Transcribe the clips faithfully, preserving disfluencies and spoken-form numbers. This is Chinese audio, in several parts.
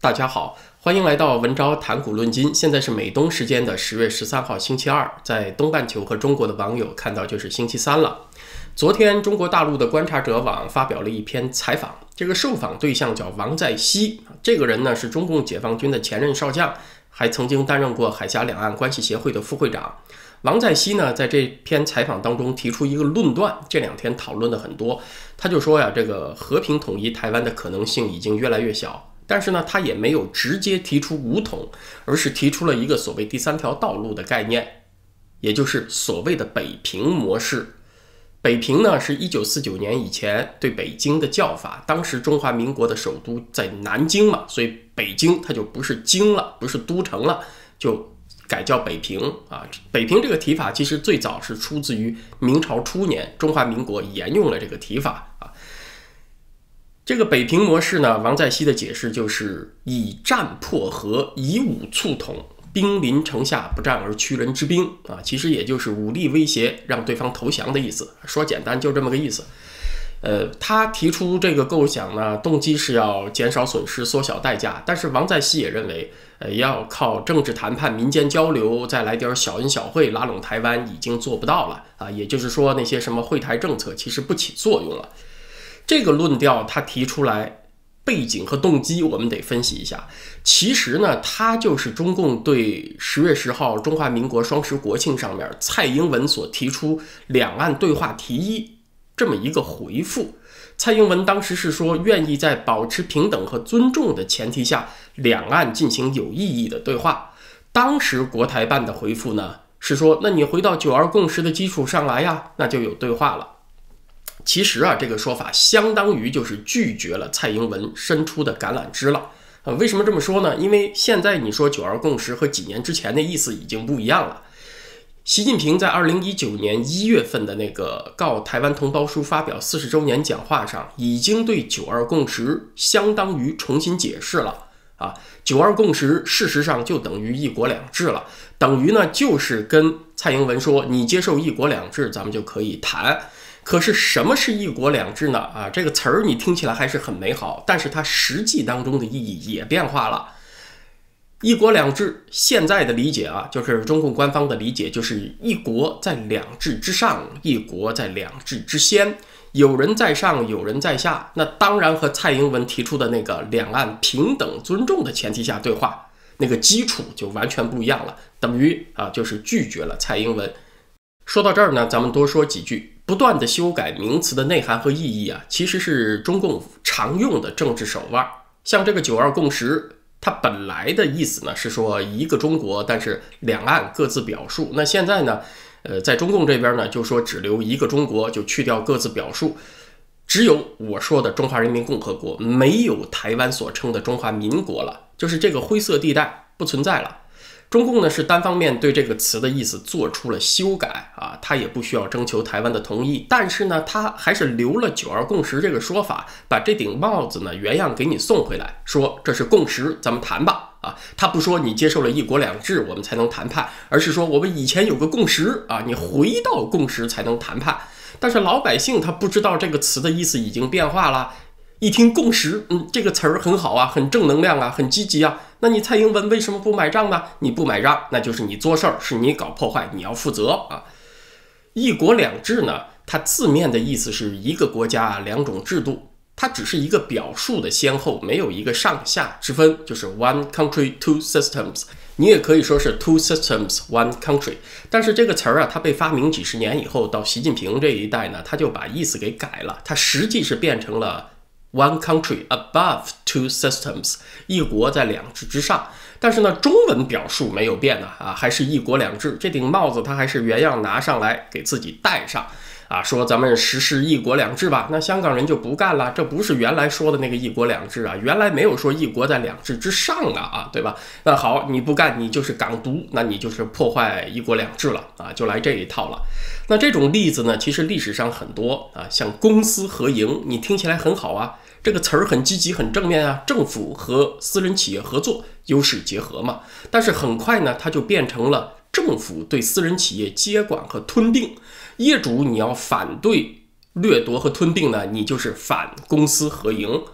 大家好，欢迎来到文昭谈股论金。现在是美东时间的十月十三号星期二，在东半球和中国的网友看到就是星期三了。昨天，中国大陆的观察者网发表了一篇采访，这个受访对象叫王在熙，这个人呢是中共解放军的前任少将，还曾经担任过海峡两岸关系协会的副会长。王在熙呢，在这篇采访当中提出一个论断，这两天讨论的很多。他就说呀，这个和平统一台湾的可能性已经越来越小。但是呢，他也没有直接提出武统，而是提出了一个所谓第三条道路的概念，也就是所谓的北平模式。北平呢，是一九四九年以前对北京的叫法，当时中华民国的首都在南京嘛，所以北京它就不是京了，不是都城了，就改叫北平啊。北平这个提法其实最早是出自于明朝初年，中华民国沿用了这个提法啊。这个北平模式呢，王在熙的解释就是以战破和，以武促统，兵临城下，不战而屈人之兵啊，其实也就是武力威胁让对方投降的意思。说简单就这么个意思。呃，他提出这个构想呢，动机是要减少损失，缩小代价。但是王在熙也认为，呃，要靠政治谈判、民间交流，再来点小恩小惠拉拢台湾，已经做不到了啊。也就是说，那些什么惠台政策其实不起作用了。这个论调他提出来，背景和动机我们得分析一下。其实呢，它就是中共对十月十号中华民国双十国庆上面蔡英文所提出两岸对话提议这么一个回复。蔡英文当时是说愿意在保持平等和尊重的前提下，两岸进行有意义的对话。当时国台办的回复呢是说，那你回到九二共识的基础上来呀，那就有对话了。其实啊，这个说法相当于就是拒绝了蔡英文伸出的橄榄枝了。呃，为什么这么说呢？因为现在你说九二共识和几年之前的意思已经不一样了。习近平在二零一九年一月份的那个告台湾同胞书发表四十周年讲话上，已经对九二共识相当于重新解释了啊。九二共识事实上就等于一国两制了，等于呢就是跟蔡英文说，你接受一国两制，咱们就可以谈。可是什么是一国两制呢？啊，这个词儿你听起来还是很美好，但是它实际当中的意义也变化了。一国两制现在的理解啊，就是中共官方的理解，就是一国在两制之上，一国在两制之先，有人在上，有人在下。那当然和蔡英文提出的那个两岸平等尊重的前提下对话，那个基础就完全不一样了，等于啊就是拒绝了蔡英文。说到这儿呢，咱们多说几句。不断的修改名词的内涵和意义啊，其实是中共常用的政治手腕。像这个九二共识，它本来的意思呢是说一个中国，但是两岸各自表述。那现在呢，呃，在中共这边呢，就说只留一个中国，就去掉各自表述，只有我说的中华人民共和国，没有台湾所称的中华民国了，就是这个灰色地带不存在了。中共呢是单方面对这个词的意思做出了修改啊，他也不需要征求台湾的同意，但是呢，他还是留了九二共识这个说法，把这顶帽子呢原样给你送回来，说这是共识，咱们谈吧啊。他不说你接受了一国两制我们才能谈判，而是说我们以前有个共识啊，你回到共识才能谈判。但是老百姓他不知道这个词的意思已经变化了。一听共识，嗯，这个词儿很好啊，很正能量啊，很积极啊。那你蔡英文为什么不买账呢？你不买账，那就是你做事儿，是你搞破坏，你要负责啊。一国两制呢，它字面的意思是一个国家两种制度，它只是一个表述的先后，没有一个上下之分，就是 one country two systems。你也可以说是 two systems one country。但是这个词儿啊，它被发明几十年以后，到习近平这一代呢，他就把意思给改了，它实际是变成了One country above two systems， 一国在两制之上。但是呢，中文表述没有变呢啊，还是一国两制。这顶帽子它还是原样拿上来给自己戴上啊，说咱们实施一国两制吧。那香港人就不干了，这不是原来说的那个一国两制啊，原来没有说一国在两制之上啊啊，对吧？那好，你不干，你就是港独，那你就是破坏一国两制了啊，就来这一套了。那这种例子呢，其实历史上很多啊，像公私合营，你听起来很好啊。这个词儿很积极很正面啊，政府和私人企业合作，优势结合嘛。但是很快呢，它就变成了政府对私人企业接管和吞并。业主你要反对掠夺和吞并呢，你就是反公私合营。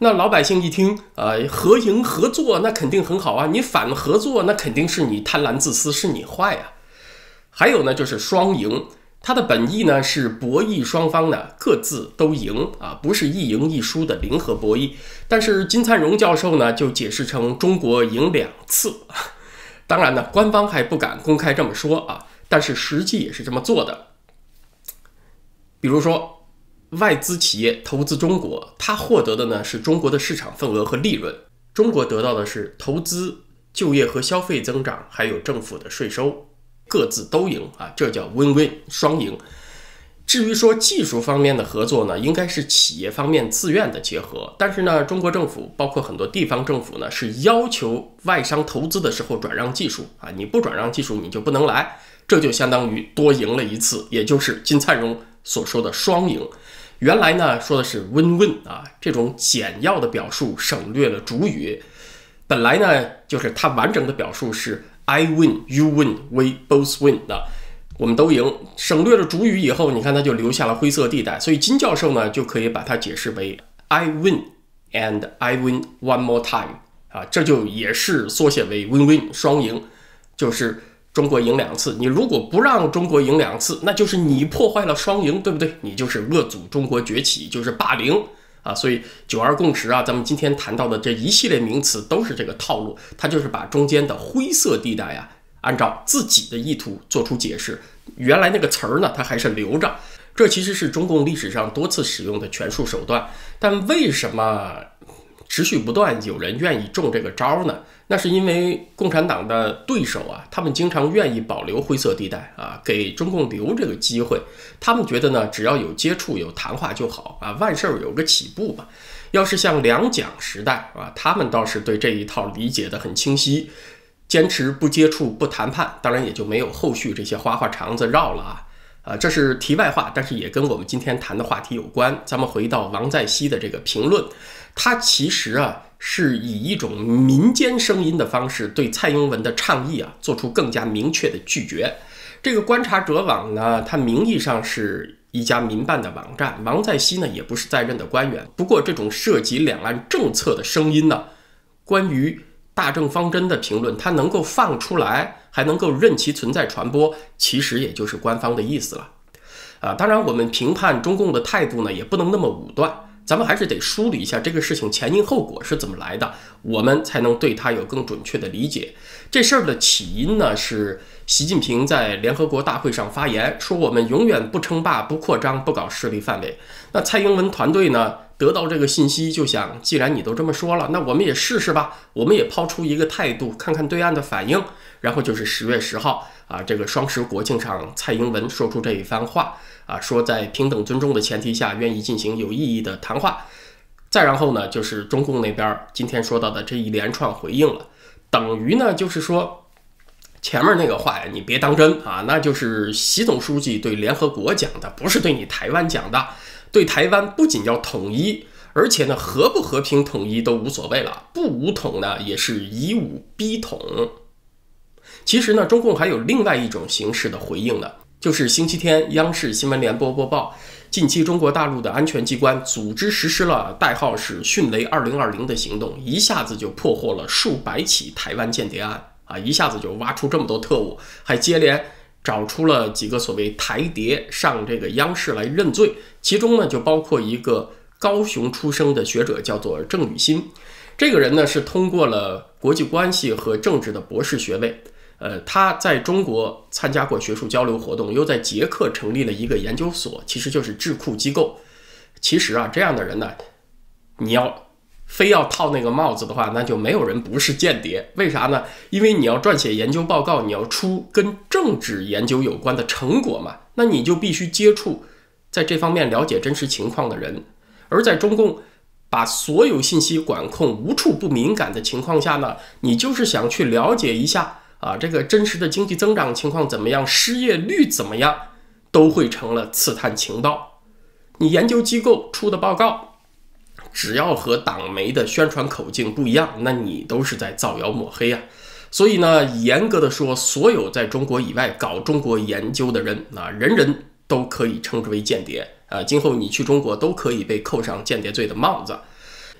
那老百姓一听，呃，合营合作那肯定很好啊，你反合作那肯定是你贪婪自私，是你坏啊。还有呢，就是双赢，它的本意呢是博弈双方呢各自都赢啊，不是一赢一输的零和博弈。但是金灿荣教授呢就解释成中国赢两次，当然呢，官方还不敢公开这么说啊，但是实际也是这么做的。比如说，外资企业投资中国，它获得的呢是中国的市场份额和利润，中国得到的是投资、就业和消费增长，还有政府的税收。各自都赢啊，这叫 win-win 双赢。至于说技术方面的合作呢，应该是企业方面自愿的结合，但是呢，中国政府包括很多地方政府呢，是要求外商投资的时候转让技术啊，你不转让技术你就不能来，这就相当于多赢了一次，也就是金灿荣所说的双赢。原来呢说的是 win-win 啊，这种简要的表述省略了主语，本来呢就是它完整的表述是I win, you win, we both win 的，我们都赢。省略了主语以后，你看它就留下了灰色地带，所以金教授呢就可以把它解释为 I win and I win one more time 啊，这就也是缩写为 win-win 双赢，就是中国赢两次。你如果不让中国赢两次，那就是你破坏了双赢，对不对？你就是遏阻中国崛起，就是霸凌。啊，所以九二共识啊，咱们今天谈到的这一系列名词都是这个套路，它就是把中间的灰色地带啊，按照自己的意图做出解释。原来那个词儿呢，它还是留着。这其实是中共历史上多次使用的权术手段，但为什么持续不断有人愿意中这个招呢？那是因为共产党的对手啊，他们经常愿意保留灰色地带啊，给中共留这个机会。他们觉得呢，只要有接触、有谈话就好啊，万事有个起步吧。要是像两蒋时代啊，他们倒是对这一套理解的很清晰，坚持不接触、不谈判，当然也就没有后续这些花花肠子绕了啊。啊，这是题外话，但是也跟我们今天谈的话题有关。咱们回到王在熙的这个评论，他其实啊是以一种民间声音的方式对蔡英文的倡议啊做出更加明确的拒绝。这个观察者网呢，它名义上是一家民办的网站，王在熙呢也不是在任的官员。不过这种涉及两岸政策的声音呢，关于大政方针的评论，它能够放出来，还能够任其存在传播，其实也就是官方的意思了。啊，当然我们评判中共的态度呢，也不能那么武断，咱们还是得梳理一下这个事情前因后果是怎么来的，我们才能对它有更准确的理解。这事儿的起因呢，是习近平在联合国大会上发言，说我们永远不称霸、不扩张、不搞势力范围。那蔡英文团队呢，得到这个信息就想，既然你都这么说了，那我们也试试吧，我们也抛出一个态度，看看对岸的反应。然后就是十月十号啊，这个双十国庆上，蔡英文说出这一番话啊，说在平等尊重的前提下，愿意进行有意义的谈话。再然后呢，就是中共那边今天说到的这一连串回应了，等于呢就是说，前面那个话呀，你别当真啊，那就是习总书记对联合国讲的，不是对你台湾讲的。对台湾不仅要统一，而且呢，和不和平统一都无所谓了，不武统呢也是以武逼统。其实呢，中共还有另外一种形式的回应呢，就是星期天央视新闻联播播报，近期中国大陆的安全机关组织实施了代号是迅雷二零二零的行动，一下子就破获了数百起台湾间谍案啊，一下子就挖出这么多特务，还接连找出了几个所谓台谍上这个央视来认罪，其中呢就包括一个高雄出生的学者，叫做郑宇新。这个人呢是通过了国际关系和政治的博士学位，呃，他在中国参加过学术交流活动，又在捷克成立了一个研究所，其实就是智库机构。其实啊，这样的人呢，你要非要套那个帽子的话，那就没有人不是间谍。为啥呢？因为你要撰写研究报告，你要出跟政治研究有关的成果嘛，那你就必须接触在这方面了解真实情况的人。而在中共把所有信息管控无处不敏感的情况下呢，你就是想去了解一下啊，这个真实的经济增长情况怎么样，失业率怎么样，都会成了刺探情报。你研究机构出的报告，只要和党媒的宣传口径不一样，那你都是在造谣抹黑啊。所以呢，严格的说，所有在中国以外搞中国研究的人啊，人人都可以称之为间谍啊。今后你去中国都可以被扣上间谍罪的帽子。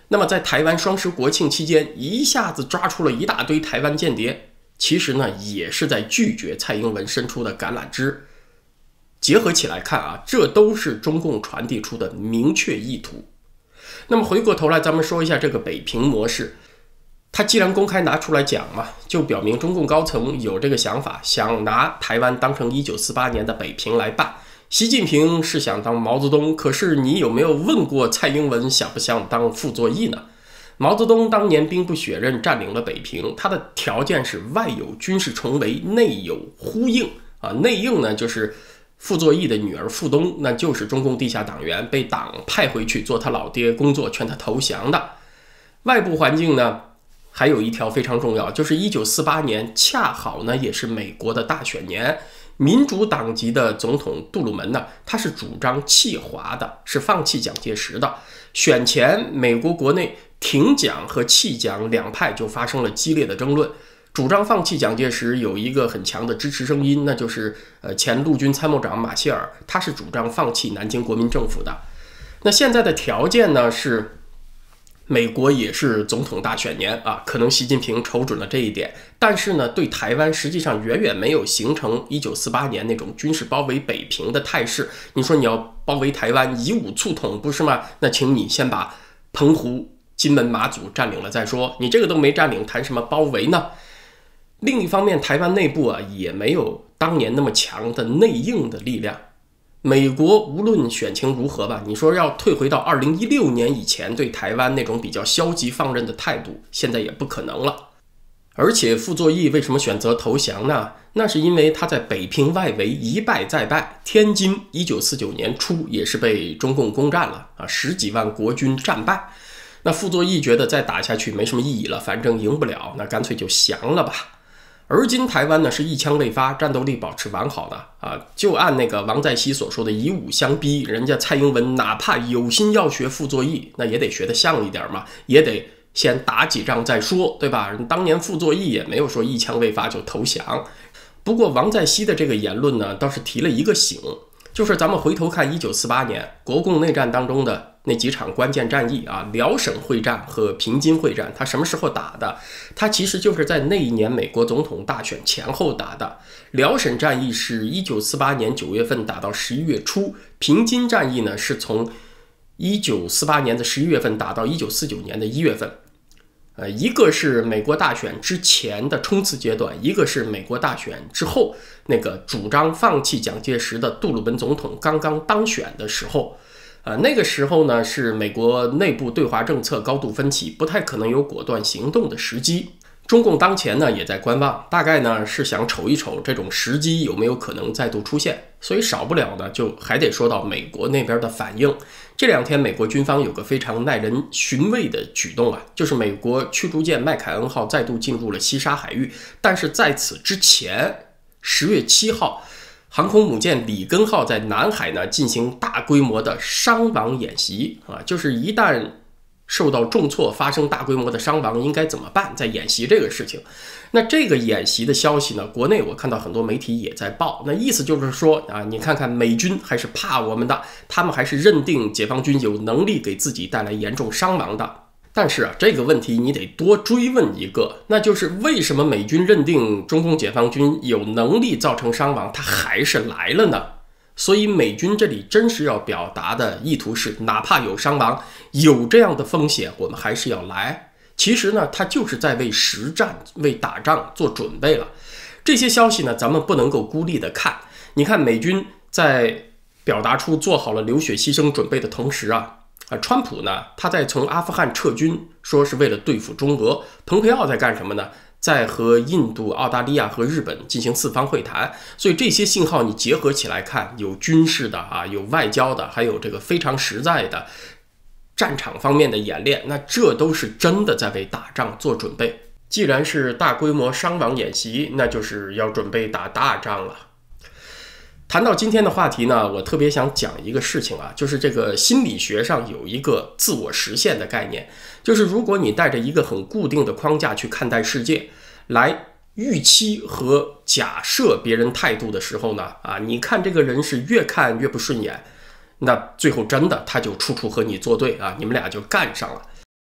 那么在台湾双十国庆期间，一下子抓出了一大堆台湾间谍，其实呢也是在拒绝蔡英文伸出的橄榄枝。结合起来看啊，这都是中共传递出的明确意图。那么回过头来，咱们说一下这个北平模式。他既然公开拿出来讲嘛，就表明中共高层有这个想法，想拿台湾当成一九四八年的北平来办。习近平是想当毛泽东，可是你有没有问过蔡英文想不想当傅作义呢？毛泽东当年兵不血刃占领了北平，他的条件是外有军事重围，内有呼应啊。内应呢就是傅作义的女儿傅东，那就是中共地下党员，被党派回去做他老爹工作，劝他投降的。外部环境呢，还有一条非常重要，就是一九四八年恰好呢也是美国的大选年。民主党籍的总统杜鲁门呢，他是主张弃华的，是放弃蒋介石的。选前，美国国内挺蒋和弃蒋两派就发生了激烈的争论。主张放弃蒋介石有一个很强的支持声音，那就是呃前陆军参谋长马歇尔，他是主张放弃南京国民政府的。那现在的条件呢是，美国也是总统大选年啊，可能习近平瞅准了这一点，但是呢，对台湾实际上远远没有形成一九四八年那种军事包围北平的态势。你说你要包围台湾，以武促统，不是吗？那请你先把澎湖、金门、马祖占领了再说，你这个都没占领，谈什么包围呢？另一方面，台湾内部啊也没有当年那么强的内应的力量。美国无论选情如何吧，你说要退回到二零一六年以前对台湾那种比较消极放任的态度，现在也不可能了。而且傅作义为什么选择投降呢？那是因为他在北平外围一败再败，天津一九四九年初也是被中共攻占了啊，十几万国军战败。那傅作义觉得再打下去没什么意义了，反正赢不了，那干脆就降了吧。而今台湾呢是一枪未发，战斗力保持完好的啊，就按那个王在熙所说的以武相逼，人家蔡英文哪怕有心要学傅作义，那也得学得像一点嘛，也得先打几仗再说，对吧？当年傅作义也没有说一枪未发就投降。不过王在熙的这个言论呢，倒是提了一个醒，就是咱们回头看一九四八年国共内战当中的那几场关键战役啊，辽沈会战和平津会战，它什么时候打的？它其实就是在那一年美国总统大选前后打的。辽沈战役是一九四八年九月份打到十一月初，平津战役呢是从一九四八年的十一月份打到一九四九年的一月份。呃，一个是美国大选之前的冲刺阶段，一个是美国大选之后那个主张放弃蒋介石的杜鲁门总统刚刚当选的时候。呃，那个时候呢，是美国内部对华政策高度分歧，不太可能有果断行动的时机。中共当前呢也在观望，大概呢是想瞅一瞅这种时机有没有可能再度出现，所以少不了呢就还得说到美国那边的反应。这两天美国军方有个非常耐人寻味的举动啊，就是美国驱逐舰麦凯恩号再度进入了西沙海域，但是在此之前，十月七号。航空母舰里根号在南海呢进行大规模的伤亡演习啊，就是一旦受到重挫，发生大规模的伤亡，应该怎么办？在演习这个事情。那这个演习的消息呢，国内我看到很多媒体也在报，那意思就是说啊，你看看美军还是怕我们的，他们还是认定解放军有能力给自己带来严重伤亡的。但是啊，这个问题你得多追问一个，那就是为什么美军认定中共解放军有能力造成伤亡，他还是来了呢？所以美军这里真是要表达的意图是，哪怕有伤亡，有这样的风险，我们还是要来。其实呢，他就是在为实战、为打仗做准备了。这些消息呢，咱们不能够孤立的看。你看，美军在表达出做好了流血牺牲准备的同时啊。啊，川普呢，他在从阿富汗撤军，说是为了对付中俄。蓬佩奥在干什么呢？在和印度、澳大利亚和日本进行四方会谈。所以这些信号你结合起来看，有军事的啊，有外交的，还有这个非常实在的战场方面的演练，那这都是真的在为打仗做准备。既然是大规模伤亡演习，那就是要准备打大仗了。谈到今天的话题呢，我特别想讲一个事情啊，就是这个心理学上有一个自我实现的概念，就是如果你带着一个很固定的框架去看待世界，来预期和假设别人态度的时候呢，啊，你看这个人是越看越不顺眼，那最后真的他就处处和你作对啊，你们俩就干上了。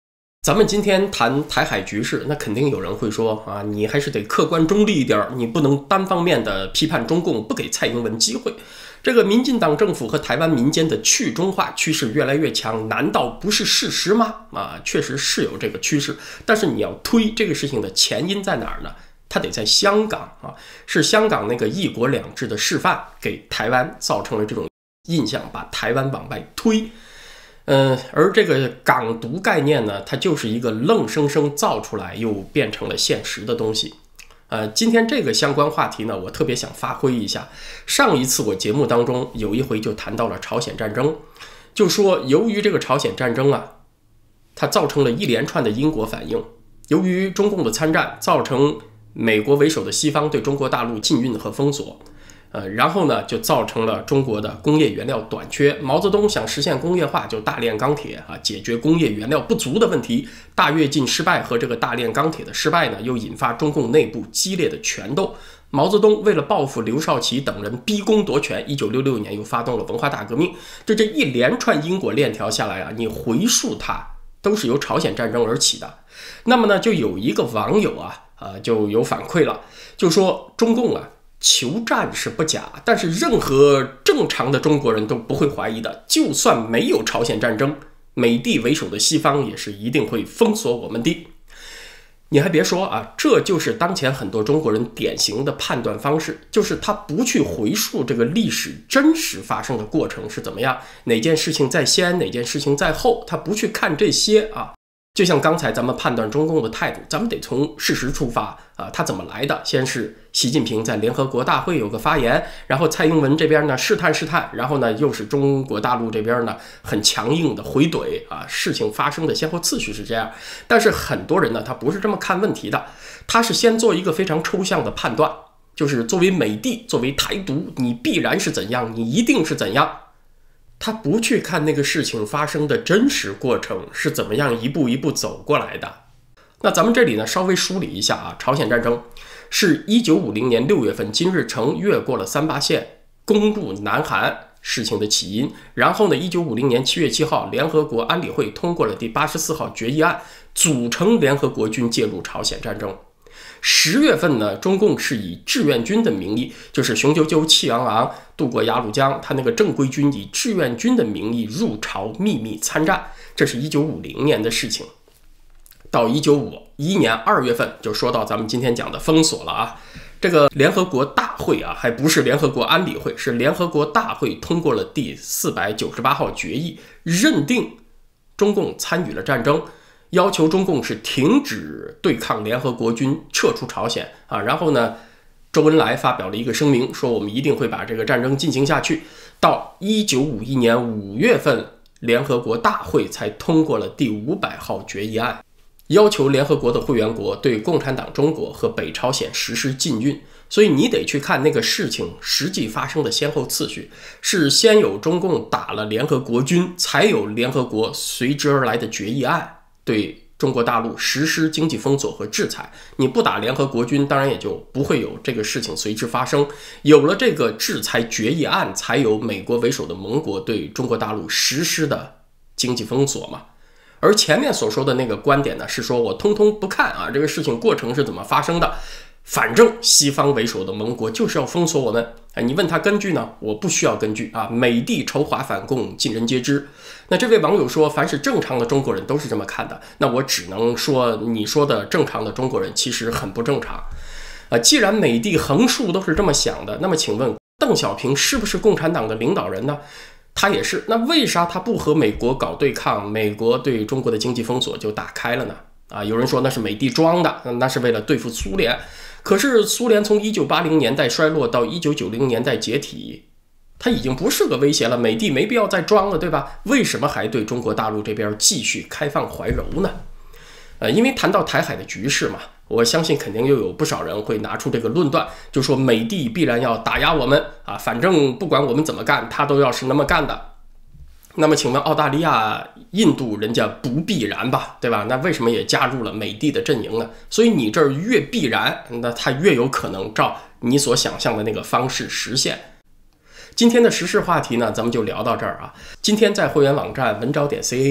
咱们今天谈台海局势，那肯定有人会说啊，你还是得客观中立一点，你不能单方面的批判中共，不给蔡英文机会。这个民进党政府和台湾民间的去中化趋势越来越强，难道不是事实吗？啊，确实是有这个趋势，但是你要推这个事情的前因在哪儿呢？它得在香港啊，是香港那个一国两制的示范，给台湾造成了这种印象，把台湾往外推。嗯，而这个港独概念呢，它就是一个愣生生造出来又变成了现实的东西。呃，今天这个相关话题呢，我特别想发挥一下。上一次我节目当中有一回就谈到了朝鲜战争，就说由于这个朝鲜战争啊，它造成了一连串的因果反应。由于中共的参战，造成美国为首的西方对中国大陆禁运和封锁。呃，然后呢，就造成了中国的工业原料短缺。毛泽东想实现工业化，就大炼钢铁啊，解决工业原料不足的问题。大跃进失败和这个大炼钢铁的失败呢，又引发中共内部激烈的权斗。毛泽东为了报复刘少奇等人逼宫夺权，一九六六年又发动了文化大革命。就这一连串因果链条下来啊，你回溯它，都是由朝鲜战争而起的。那么呢，就有一个网友啊，呃，就有反馈了，就说中共啊，求战是不假，但是任何正常的中国人都不会怀疑的，就算没有朝鲜战争，美帝为首的西方也是一定会封锁我们的。你还别说啊，这就是当前很多中国人典型的判断方式，就是他不去回溯这个历史真实发生的过程是怎么样，哪件事情在先，哪件事情在后，他不去看这些啊。就像刚才咱们判断中共的态度，咱们得从事实出发啊，他怎么来的？先是习近平在联合国大会有个发言，然后蔡英文这边呢试探试探，然后呢又是中国大陆这边呢很强硬的回怼啊，事情发生的先后次序是这样。但是很多人呢，他不是这么看问题的，他是先做一个非常抽象的判断，就是作为美帝，作为台独，你必然是怎样，你一定是怎样。他不去看那个事情发生的真实过程是怎么样一步一步走过来的。那咱们这里呢稍微梳理一下啊，朝鲜战争是一九五零年六月份金日成越过了三八线攻入南韩事情的起因，然后呢一九五零年七月七号联合国安理会通过了第八十四号决议案，组成联合国军介入朝鲜战争。十月份呢，中共是以志愿军的名义，就是雄赳赳气昂昂渡过鸭绿江，他那个正规军以志愿军的名义入朝秘密参战，这是一九五零年的事情。到一九五一年二月份，就说到咱们今天讲的封锁了啊。这个联合国大会啊，还不是联合国安理会，是联合国大会通过了第四百九十八号决议，认定中共参与了战争。要求中共是停止对抗联合国军，撤出朝鲜啊。然后呢，周恩来发表了一个声明，说我们一定会把这个战争进行下去。到一九五一年五月份，联合国大会才通过了第五百号决议案，要求联合国的会员国对共产党中国和北朝鲜实施禁运。所以你得去看那个事情实际发生的先后次序，是先有中共打了联合国军，才有联合国随之而来的决议案，对中国大陆实施经济封锁和制裁。你不打联合国军，当然也就不会有这个事情随之发生。有了这个制裁决议案，才有美国为首的盟国对中国大陆实施的经济封锁嘛。而前面所说的那个观点呢，是说我通通不看啊，这个事情过程是怎么发生的，反正西方为首的盟国就是要封锁我们。哎，你问他根据呢？我不需要根据啊，美帝筹划反共，尽人皆知。那这位网友说，凡是正常的中国人都是这么看的，那我只能说，你说的正常的中国人其实很不正常。啊，既然美帝横竖都是这么想的，那么请问邓小平是不是共产党的领导人呢？他也是，那为啥他不和美国搞对抗，美国对中国的经济封锁就打开了呢？啊，有人说那是美帝装的，那是为了对付苏联。可是苏联从一九八零年代衰落到一九九零年代解体，它已经不是个威胁了，美帝没必要再装了，对吧？为什么还对中国大陆这边继续开放怀柔呢？呃，因为谈到台海的局势嘛，我相信肯定又有不少人会拿出这个论断，就说美帝必然要打压我们啊，反正不管我们怎么干，他都要是那么干的。那么请问澳大利亚、印度人家不必然吧，对吧？那为什么也加入了美帝的阵营呢？所以你这儿越必然，那它越有可能照你所想象的那个方式实现。今天的时事话题呢，咱们就聊到这儿啊。今天在会员网站文招点 C A 上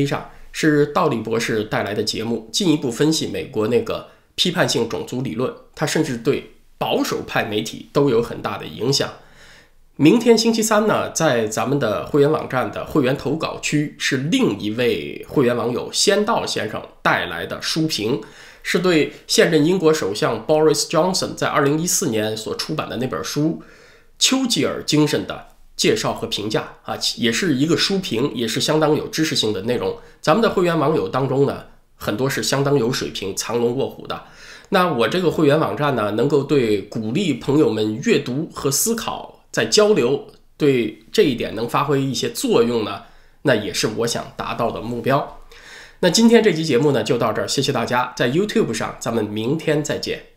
是道理博士带来的节目，进一步分析美国那个批判性种族理论，它甚至对保守派媒体都有很大的影响。明天星期三呢，在咱们的会员网站的会员投稿区，是另一位会员网友仙道先生带来的书评，是对现任英国首相 Boris Johnson 在二零一四年所出版的那本书《丘吉尔精神》的介绍和评价啊，也是一个书评，也是相当有知识性的内容。咱们的会员网友当中呢，很多是相当有水平、藏龙卧虎的。那我这个会员网站呢，能够对鼓励朋友们阅读和思考，在交流，对这一点能发挥一些作用呢，那也是我想达到的目标。那今天这期节目呢就到这儿，谢谢大家，在 YouTube 上咱们明天再见。